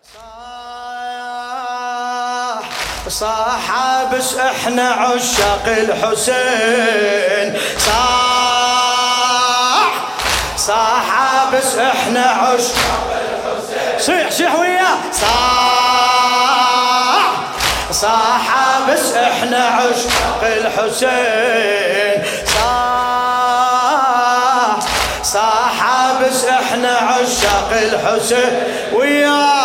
صاح بس احنا عشاق الحسين. صاح بس احنا عشاق الحسين. صيح وياه. صاح بس احنا عشاق الحسين. صاح بس احنا عشاق الحسين وياه.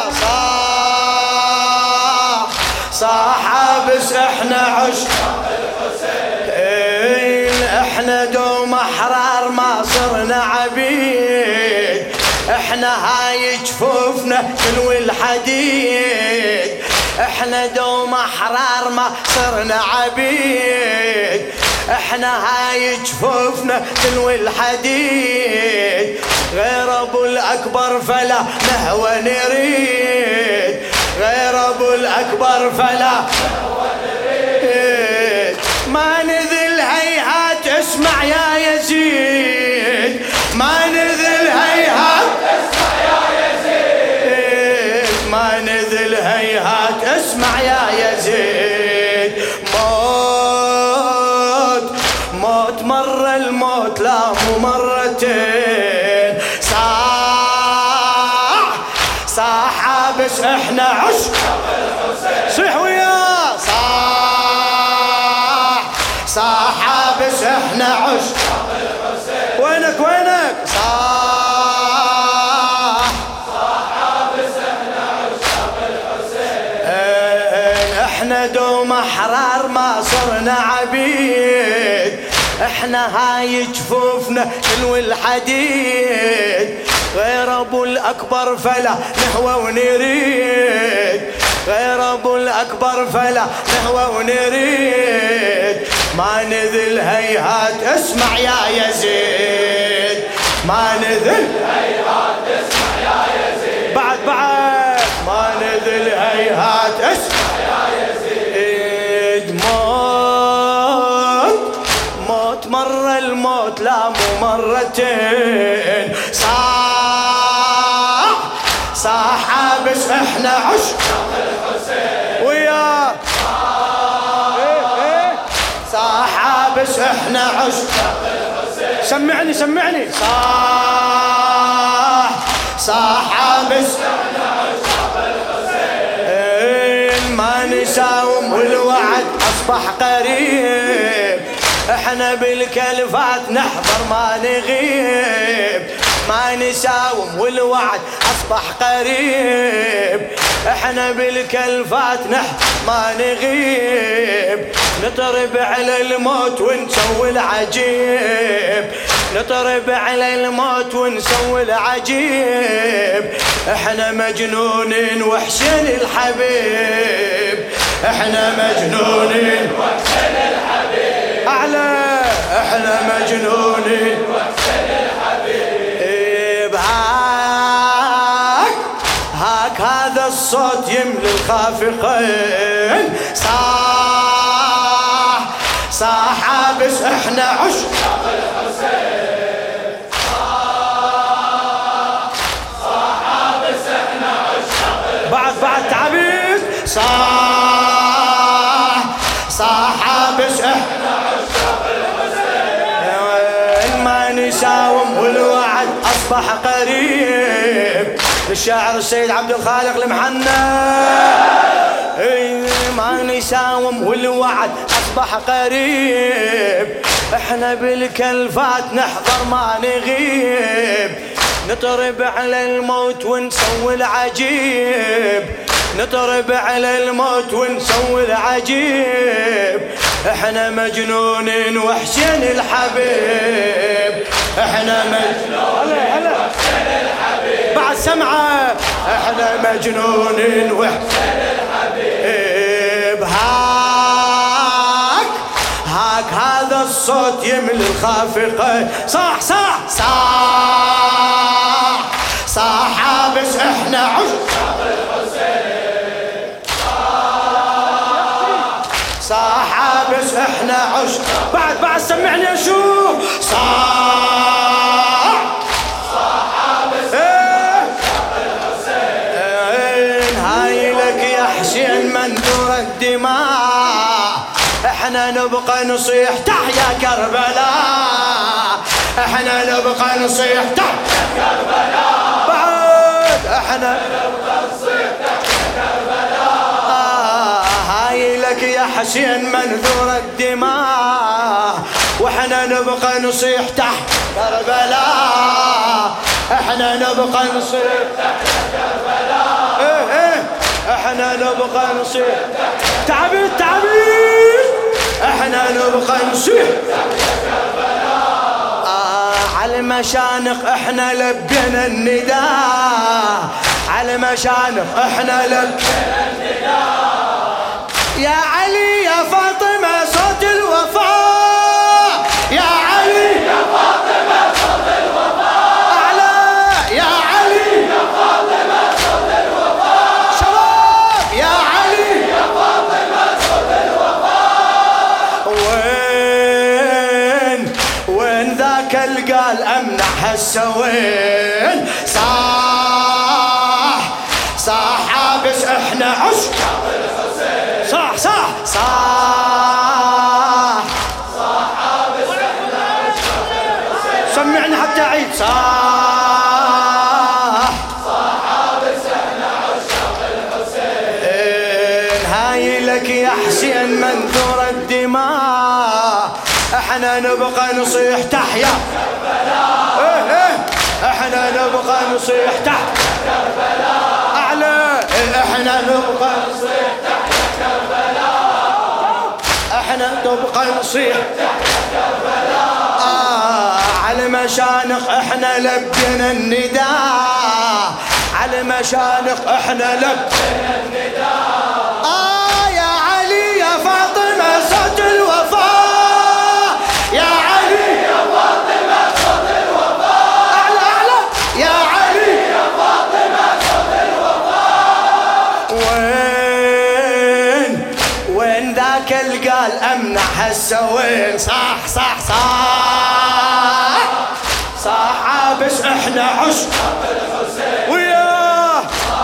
صاح بس احنا عشاق الحسين. احنا دوم احرار ما صرنا عبيد. احنا هاي جفوفنا تلوي الحديد. احنا دوم احرار ما صرنا عبيد. احنا هاي جفوفنا تلوي الحديد. غير ابو الاكبر فلا نهوى نريد. غير ابو الاكبر فلا نهوى نريد. ما نذل هيهات اسمع يا يزيد. ما نذل هيهات اسمع يا يزيد. ما نذل هيهات اسمع يا يزيد. موت مر الموت لا مو مرتين. صاح بس احنا عشاق الحسين. صيح وياه. صاح بس احنا عشاق الحسين. وينك صاح بس احنا عشاق الحسين. احنا دوم احرار ما صرنا عبيد. احنا هاي جفوفنا تلوي الحديد. غير ابو الاكبر فلا نهوى ونريد. غير ابو الاكبر فلا نهوى ونريد. ما نذل هيهات اسمع يا يزيد. ما نذل هيهات اسمع يا يزيد. بعد ما نذل هيهات اسمع يا يزيد. موت مر الموت لا مو مرتين. صاح بس احنا عشاق الحسين وياه. صاح بس احنا عشاق الحسين. سمعني. صاح بس احنا عشاق الحسين. ما نساوم والوعد اصبح قريب. احنا بالكلفات نحضر ما نغيب. ما نساوم والوعد اصبح قريب. احنا بالكلفات نحضر ما نغيب. نطرب على الموت ونسوي العجيب. نطرب على الموت ونسوي العجيب. احنا مجنونين وحسين الحبيب. احنا مجنونين وحسين الحبيب. اعلى. احنا مجنونين وحسين الحبيب. هاك هذا الصوت يملي الخافقين. صاح بس احنا عشاق الحسين. صاح بس احنا عشاق الحسين. بعد تعبير. صاح بس احنا عشاق الحسين. ما نساوم والوعد اصبح قريب. الشاعر السيد عبد الخالق المحنى. ما نساوم والوعد اصبح قريب. احنا بالكلفات نحضر ما نغيب. نطرب على الموت ونسوي العجيب. نطرب على الموت ونسوي العجيب. احنا مجنونين وحسين الحبيب. احنا مجنونين وحسين الحبيب. بعد سمعه. احنا مجنونين وحسين الحبيب. هاك هذا الصوت يملي الخافقين. صاح بس احنا عشاق الحسين. صاح بس احنا عشاق. بعد سمعني اشوف. صاح بس احنا عشاق الحسين. حسين منثور الدماء، احنا نبقى نصيح تحيا كربلاء، احنا نبقى نصيح تحيا كربلاء، بعد احنا نبقى نصيح تحيا كربلاء. هاي لك يا حسين منثور الدماء، واحنا نبقى نصيح تحت كربلاء، احنا نبقى نصيح تحت كربلاء، ايه ايه احنا نبقى نصيح تعبيد تعبيد، احنا نبقى نصيح تحت كربلاء. على المشانق احنا لبينا النداء، على المشانق احنا لبينا النداء، يا علي يا فاطمة صوت الوفاء، يا علي يا فاطمة صوت الوفاء، أعلى يا علي يا فاطمة صوت الوفاء، شباب يا علي يا فاطمة صوت الوفاء. وين ذاك القال أمنع هسه وين، صاح صاح عابس احنا عشق صح صح صح صح عابس احنا عشق الحسين، سمعني حتى عيد صح صح عابس احنا عشق الحسين. هاي لك يا حسين منثور الدماء، احنا نبقى نصيح تحيا كربلاء، ايه ايه احنا نبقى نصيح تحت كربلاء، اعلى احنا نبقى نصيح تحت كربلاء، احنا نبقى نصيح تحت كربلاء. على مشانق احنا لبينا النداء، على مشانق احنا لبينا النداء، يا علي يا فاطمة صوت الوفاء، يا علي يا فاطمة صوت الوفاء، اعلى اعلى يا علي يا فاطمة صوت الوفاء. وين ذاك القال امنع هسه وين، صح صح صح صح عابس احنا عشق الحسين، وياه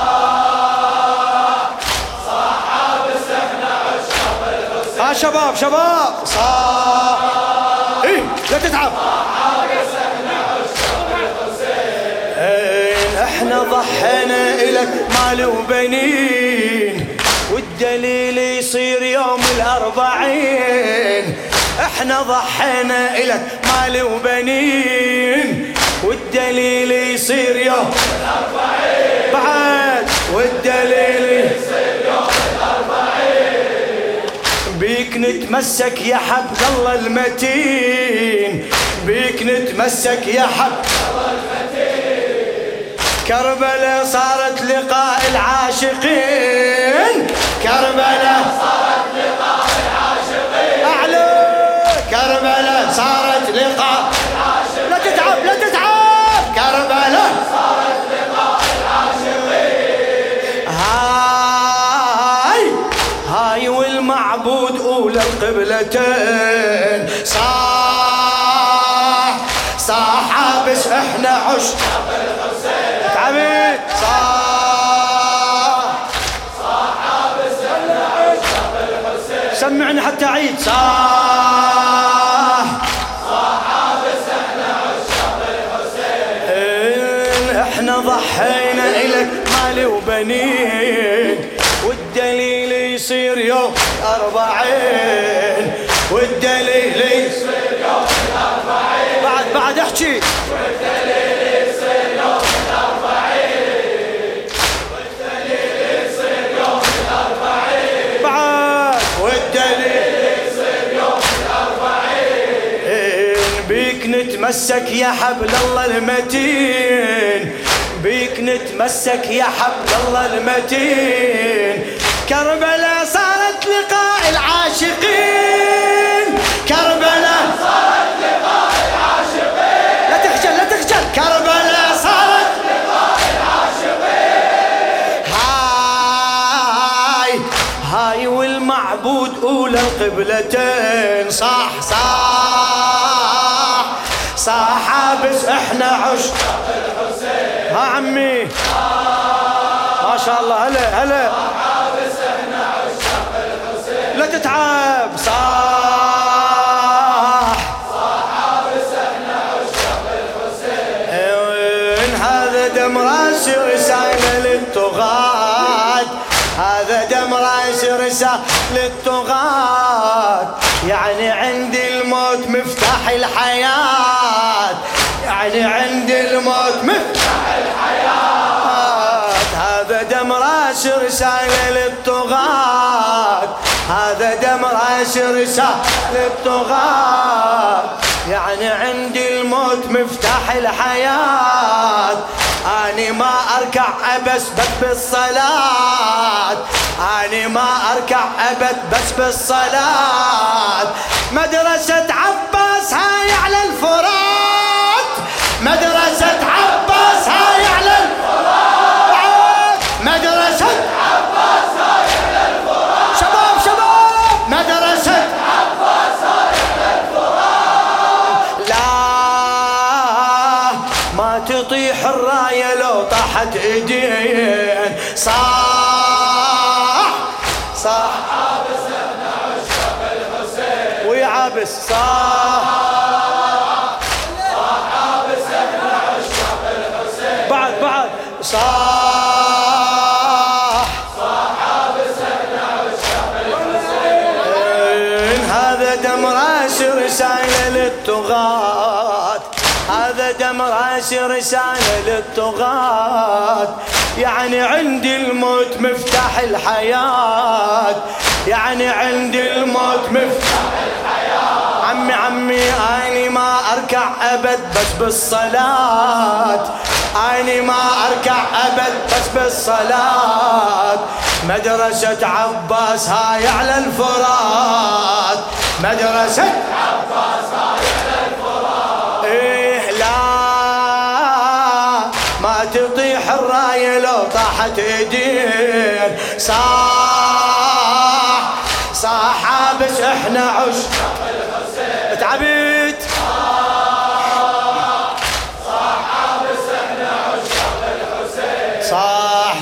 صح عابس احنا عشق الحسين. شباب شباب صح ايه لا تتعب، صح عابس احنا عشق الحسين. احنا ضحينا الك مال وبنين، والدليل يصير يوم الأربعين، احنا ضحينا إلك مال وبنين، والدليل يصير يوم الأربعين، بعد والدليل يصير يوم الأربعين. بيك نتمسك يا حبل الله المتين، بيك نتمسك يا حبل الله المتين. كربلاء صارت لقاء العاشقين، كربلاء صارت لقاء العاشقين، أعلى كربلاء صارت لقاء العاشقين، لا تتعب لا تتعب، كربلاء صارت لقاء العاشقين. هاي والمعبود أولى القبلتين، صح صح عابس احنا عشق الحسين، تعبيد صح سمعني حتى عيد صح صح عابس احنا عشاق الحسين. احنا ضحينا الك مال وبنين، والدليل يصير يوم الأربعين، والدليل يصير يوم الأربعين، بعد احكي، والدليل يصير يوم الأربعين، والدليل يصير يوم الأربعين، بعد والدليل يصير يوم الأربعين. بيك نتمسك يا حبل الله المتين، بيك نتمسك يا حبل الله المتين. كربلاء صارت لقاء العاشقين، كربلاء صارت لقاء العاشقين، لا تخجل لا تخجل، كربلاء صارت لقاء العاشقين. هاي والمعبود أولى القبلتين، صح صح صح عابس احنا عشاق الحسين. ها عمي ما شاء الله، هلا هلا، تتعب. صاح عابس احنا عشاق الحسين. هذا دم راسي رسالة للطغاة، هذا دم راسي رسالة للطغاة، يعني عندي الموت مفتاح الحياة، يعني عندي الموت مفتاح الحياة. هذا دم راسي رسالة للطغاة، هذا دم راسي رسالة للطغاة، يعني عندي الموت مفتاح الحياة. أني ما أركع أبس بالصلاة، أني ما أركع أبد بس بالصلاة. مدرسة عباس هاي على الفرات، مدرسة عباس هاي على الفرات، مدرسة عباس هاي على الفرات. شباب شباب مدرسة عباس هاي على الفرات. لا ما تطيح الراية لو طاحت ايدين. صاح صاح عابس احنا عشاق الحسين. ويا عابس صاح عابس احنا عشاق الحسين. بعد صاح عابس احنا عشاق الحسين. هذا دم راسي رسالة للطغاة، هذا دم راسي رسالة للطغاة، يعني عندي الموت مفتاح الحياة، يعني عندي الموت مفتاح الحياة. عمي أني ما أركع أبد بس بالصلاة، أني ما أركع أبد بس بالصلاة. مدرسة عباس هاي على الفرات، مدرسة عباس هاي على الفرات. إيه لا ما تطيح الراية لو طاحت ايدين. صاح عابس احنا عشاق الحسين. تعبت. عابس احنا عشاق الحسين. صاح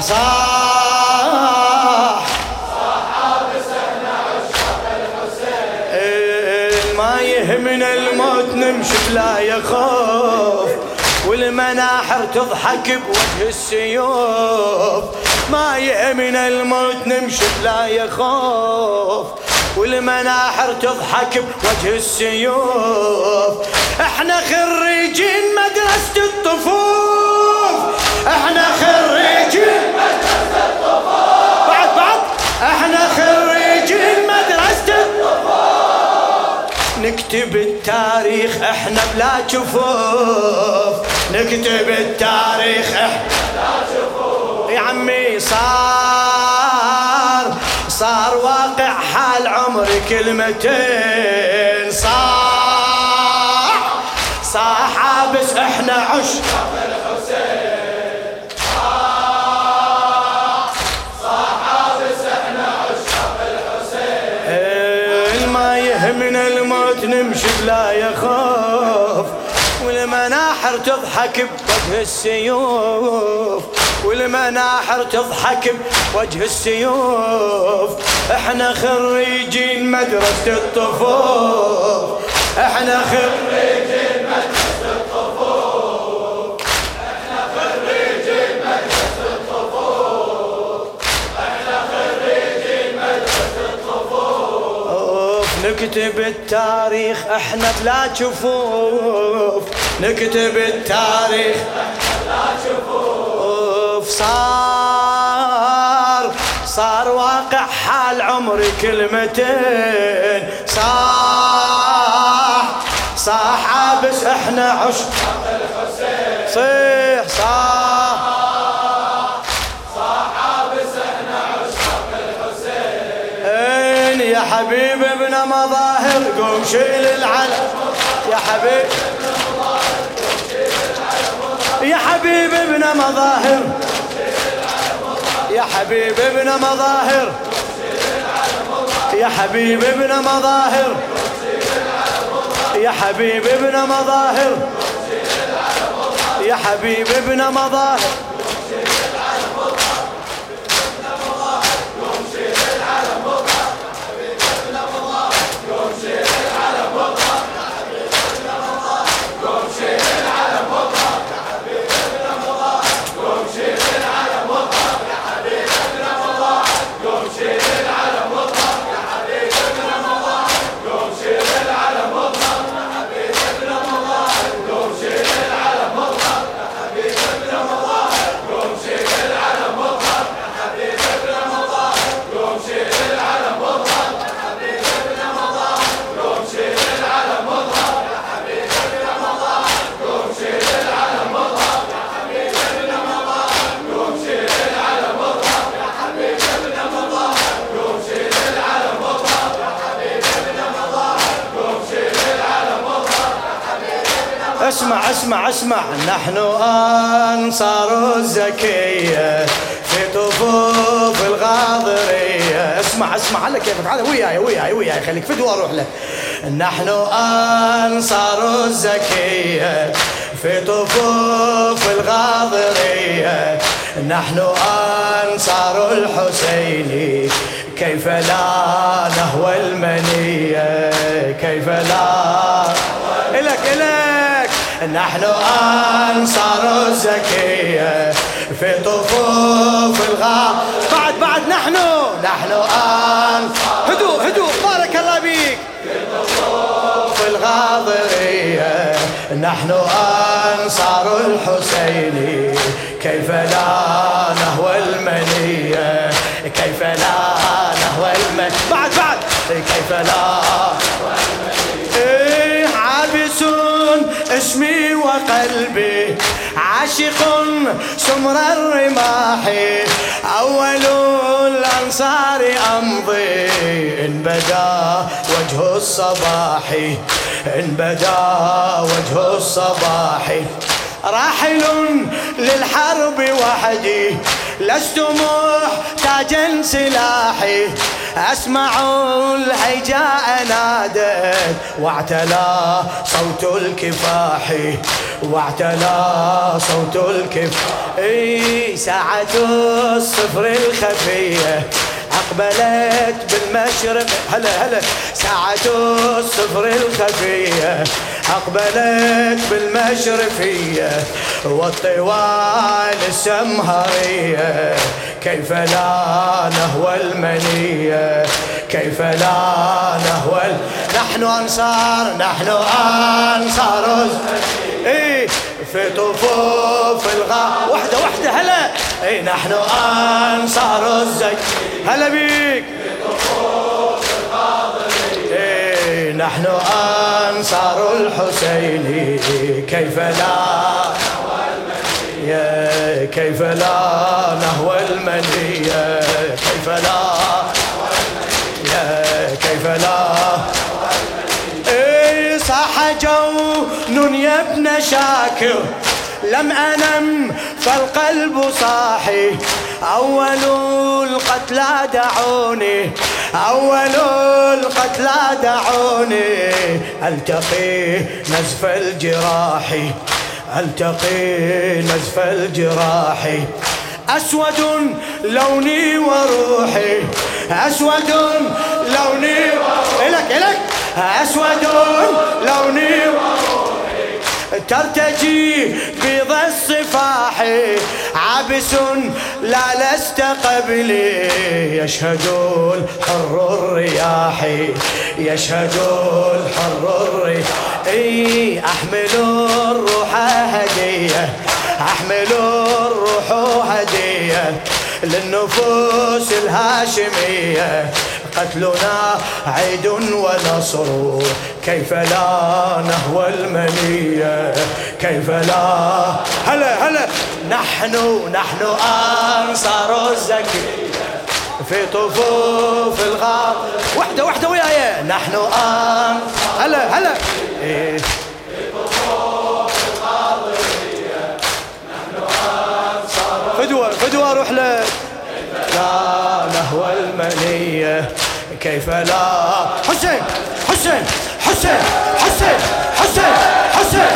عابس احنا عشاق الحسين. ما يهمنا الموت نمشي بلا يخوف، والمناحر تضحك بوجه السيوف. ما يهمنا الموت نمشي بلا يخوف، والمناحر تضحك بوجه السيوف. احنا خريجين مدرسة الطفوف، احنا خريجين مدرسة الطفوف. بعد احنا خريجين مدرسة الطفوف. نكتب التاريخ احنا بلا جفوف، نكتب التاريخ احنا لا شوفوا. يا عمي صار واقع حال عمري كلمتين. صاح عابس احنا عشاق الحسين. عابس احنا عشاق الحسين. ما يهمنا الموت نمشي بلا يخوف، والمناحر تضحك بوجه السيوف، والمناحر تضحك بوجه السيوف. احنا خريجين مدرسة الطفوف، احنا خريجين مدرسة الطفوف. احنا خريجين مدرسة الطفوف. احنا خريجين مدرسة الطفوف. نكتب التاريخ احنا بلا جفوف، نكتب التاريخ احنا لا شوفوا. صار واقع حال عمري كلمتين. صاح عابس احنا عشاق الحسين. صاح عابس احنا عشاق الحسين. يا حبيب ابن مظاهر قوم شيل العلم. يا حبيب يا حبيب ابن مظاهر، يا حبيب ابن مظاهر، يا حبيب ابن مظاهر، يا حبيب ابن مظاهر، يا حبيب ابن مظاهر. اسمع اسمع اسمع. نحن أنصار الزكية في طفوف الغاضرية. اسمع اسمع على كيفك، هذا وياي خليك فدوى واروح له. نحن أنصار الزكية في طفوف الغاضرية، نحن أنصار الحسين كيف لا نهوى المنية، كيف لا إلك. نحن أنصار الزكية في طفوف بعد نحن هدوء بارك الله بيك. في طفوف الغاضرية نحن أنصار الحسين كيف لا نهوى المنية، كيف لا نهوى بعد كيف لا نهوى المنية. عابس اسمي وقلبي عاشق سمر الرماح، أول الأنصار أمضي إن بدا وجه الصباح، إن بدا وجه الصباح. راحل للحرب وحدي لست محتاجا سلاحي، أسمع الهيجاء نادت واعتلى صوت الكفاح، واعتلى صوت الكفاح. ساعة الصفر الخفية أقبلت بالمشرق، هلا ساعة الصفر الخفية أقبلت بالمشرفية، والطوال السمهرية كيف لا نهوى المنية، كيف لا نهوى نحن أنصار في طفوف وحدة هلا. نحن أنصار هلا بيك. في طفوف الغاضرية نحن أنصار الحسين كيف لا نهوى المنية، كيف لا نهوى المنية، كيف لا نهوى المنية، كيف لا نهوى المنية. صاح جون يا ابن شاكر لم أنم فالقلب صاحي، أول القتلى دعوني، أول القتلى دعوني ألتقي نزف الجراح، ألتقي نزف الجراح. أسود لوني وروحي، أسود لوني وروحي، إلك أسود لوني وروحي ترتجي بيض الصفاح، عابس لا لست قبلي يشهد الحر الرياح، يشهد الحر الرياح. أحمل الروح هدية، أحمل الروح هدية للنفوس الهاشمية، قتلنا عيد ونصر كيف لا نهوى المنية، كيف لا هلا. نحن أنصار الزكية في طفوف الغار وحدة وياي. نحن هلا في طفوف الغاضرية نحن أنصار فدوى روح لك. لا نهوى المنية كيف لا حسين حسين حسين حسين حسين حسين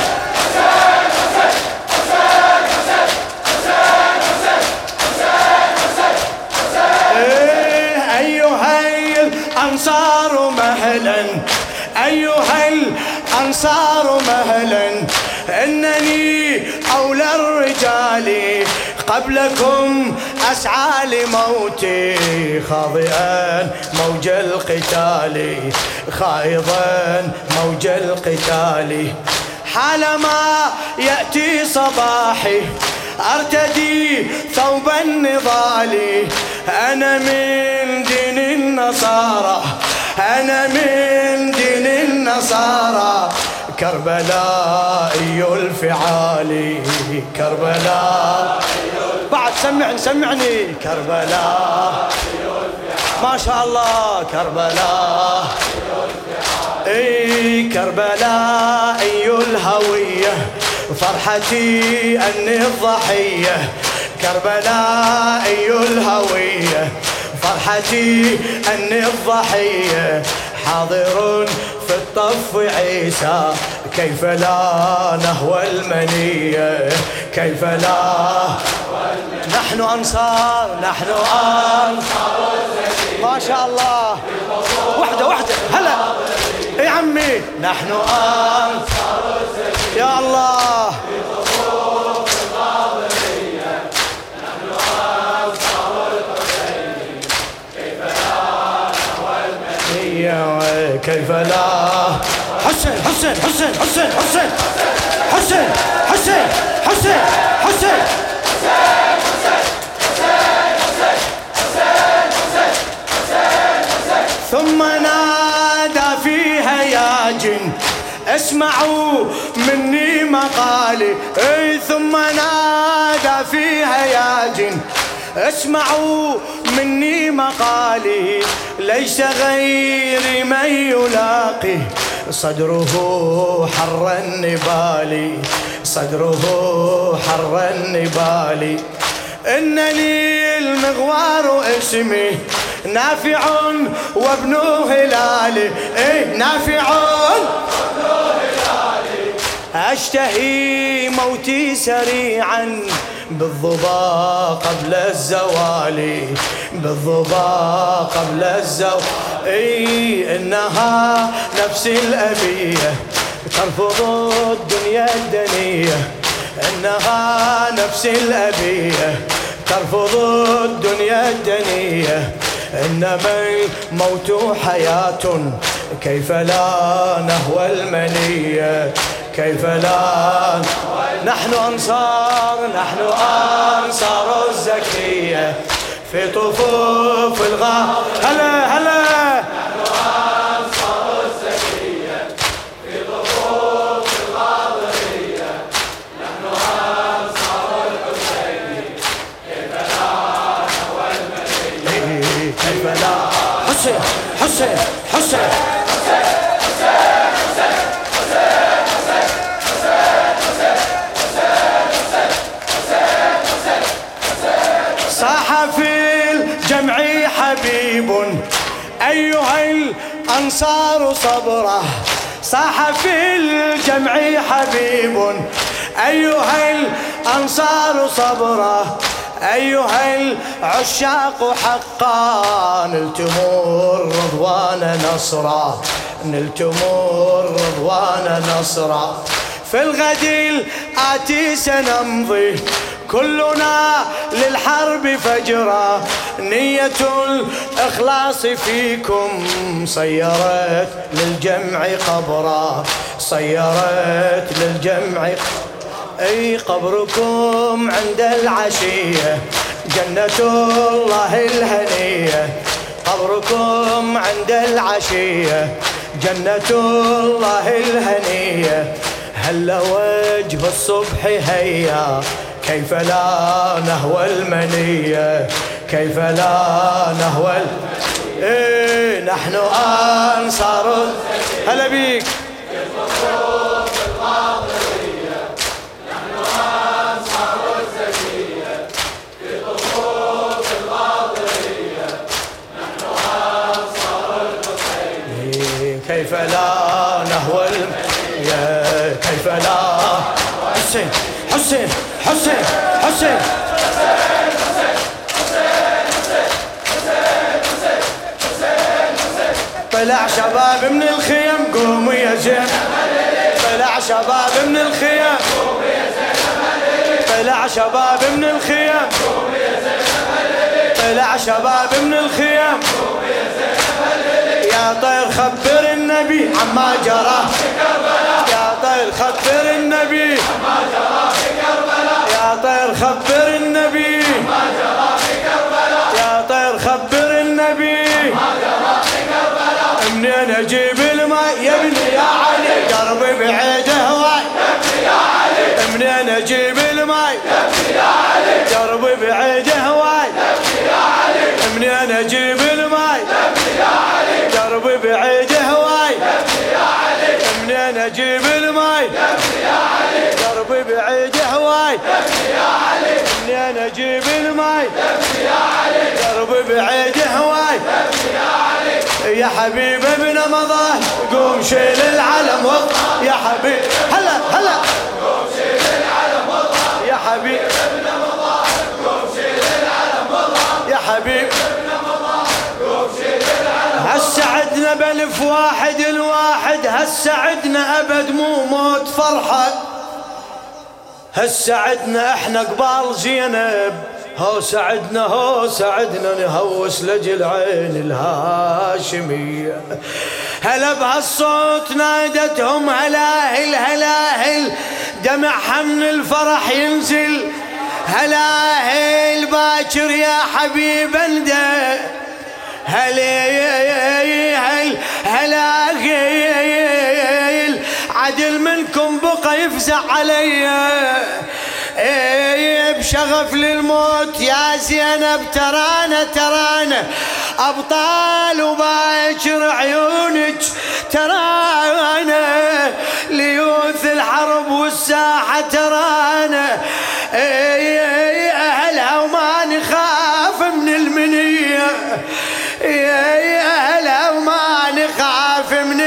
أيها الأنصار مهلا، أيها الأنصار مهلا، إنني أولى الرجال قبلكم أسعى لموتي، خاضئا موج القتال، خائضا موج القتال. حالما يأتي صباحي أرتدي ثوب النضال، أنا من دين النصارى، أنا من دين النصارى، كربلائي الفعال، كربلاء بعد سمعني كربلاء ما شاء الله كربلاء كربلائي الهوية فرحتي أني الضحية كربلائي الهوية. فرحتي أني الضحية حاضر في الطف عيسى كيف لا نهوى المنية كيف لا. نحن أنصار ما شاء الله. وحدة هلا يا عمي. نحن أنصار يا الله. كيف لا. حسين حسين حسين حسين حسين حسين حسين حسين حسين ثم نادى في هياج اسمعوا مني مقالي. ثم نادى في هياج اسمعوا مني مقالي. ليس غيري من يلاقي صدره حر النبال صدره حر النبال. إن لي المغوار اسمي نافع وابن هلال. نافع وابن هلال. أشتهي موتي سريعا بالظبا قبل الزوال بالظبا قبل الزوال. إنها نفسي الأبية ترفض الدنيا الدنية. إنها نفسي الأبية ترفض الدنيا الدنية. إنما الموت حياة كيف لا نهوى المنية كيف لا. نحن أنصار الزكية في طفوف الغار. هلا نحن أنصار الزكية في طفوف الغاضرية. نحن أنصار الحسين كيف لا نهوى المنية كيف لا. حسين حسين حسين صاح في الجمع حبيب أيها الأنصار صبره. صاح في الجمع حبيب أيها الأنصار صبره. أيها العشاق حقا نلتم الرضوان نصرا نلتم الرضوان نصرا. في الغد الآتي سنمضي كلنا للحرب فجرا. نية الإخلاص فيكم صيرت للجمع قبرا صيرت للجمع. قبركم عند العشية جنة الله الهنية. قبركم عند العشية جنة الله الهنية. هل وجه الصبح هيا كيف لا نهوى المنية كيف لا نهوى نحن أنصار. هلا بيك. كيف لا نهوى المنية كيف لا. حسين حسين حسين حسين طلع شباب من الخيم قوموا يا زين. طلع شباب من الخيم طلع شباب من الخيم طلع شباب من الخيم. يا طير خبر النبي عما جرى في كربلاء. يا طير خبر النبي عما جرى في كربلاء. يا طير خبر النبي عما جرى في كربلاء. يا طير خبر النبي عما جرى في كربلاء. منين اجيب الماء يا ابني يا علي قربي بعيد هواي يا ابني يا علي. منين اجيب الماء يا ابني يا علي قربي بعيد هواي يا ابني يا علي. منين اجيب الماء يا ابني يا علي قربي بعيد هواي يا ابني يا علي. منين اجيب الماء يا ابني يا علي قربي يا حبيب ابن مضى قوم شيل العلم وضع يا حبيب هلا هلا قوم شيل العلم وضع يا حبيب ابن مضى قوم شيل العلم وضع يا حبيب ابن مضى قوم شيل العلم هسه عدنا بألف واحد الواحد هسه عدنا أبد مو موت فرحة هسه عدنا احنا قبال زينب هو سعدنا نهوس لجل عين الهاشمية هلا بهالصوت نادتهم هلاهل هلاهل دمعها من الفرح ينزل هلاهل باكر يا حبيب انده هلاهل هلاهل عدل منكم بقى يفزع علي بشغف للموت يا زينب ترانا أبطال وباكر عيونك ترانا ليوث الحرب والساحة ترانا أهلها وما نخاف من المنية أهلها وما نخاف من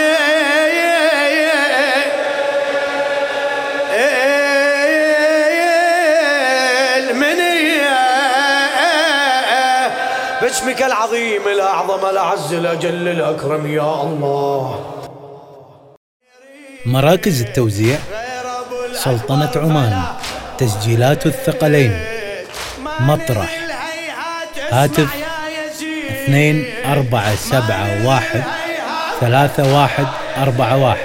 باسمك العظيم الأعظم الأعز الأجل الأكرم يا الله. مراكز التوزيع سلطنة عمان، تسجيلات الثقلين، مطرح، هاتف 2471 3141.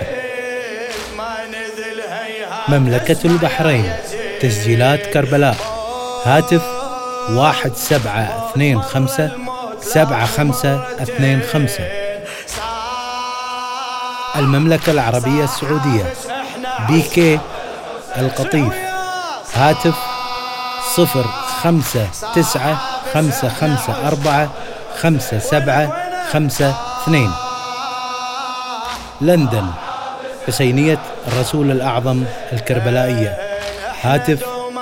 مملكة البحرين، تسجيلات كربلاء، هاتف 1725 7525. المملكة العربية السعودية، بيكي القطيف، هاتف 0595545752. لندن، حسينية الرسول الأعظم الكربلائية، هاتف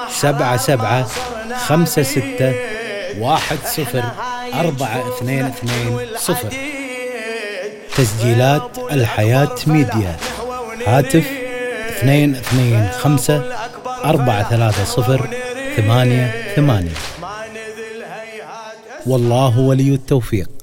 7756104220. تسجيلات الحياة ميديا، هاتف 225430888. والله ولي التوفيق.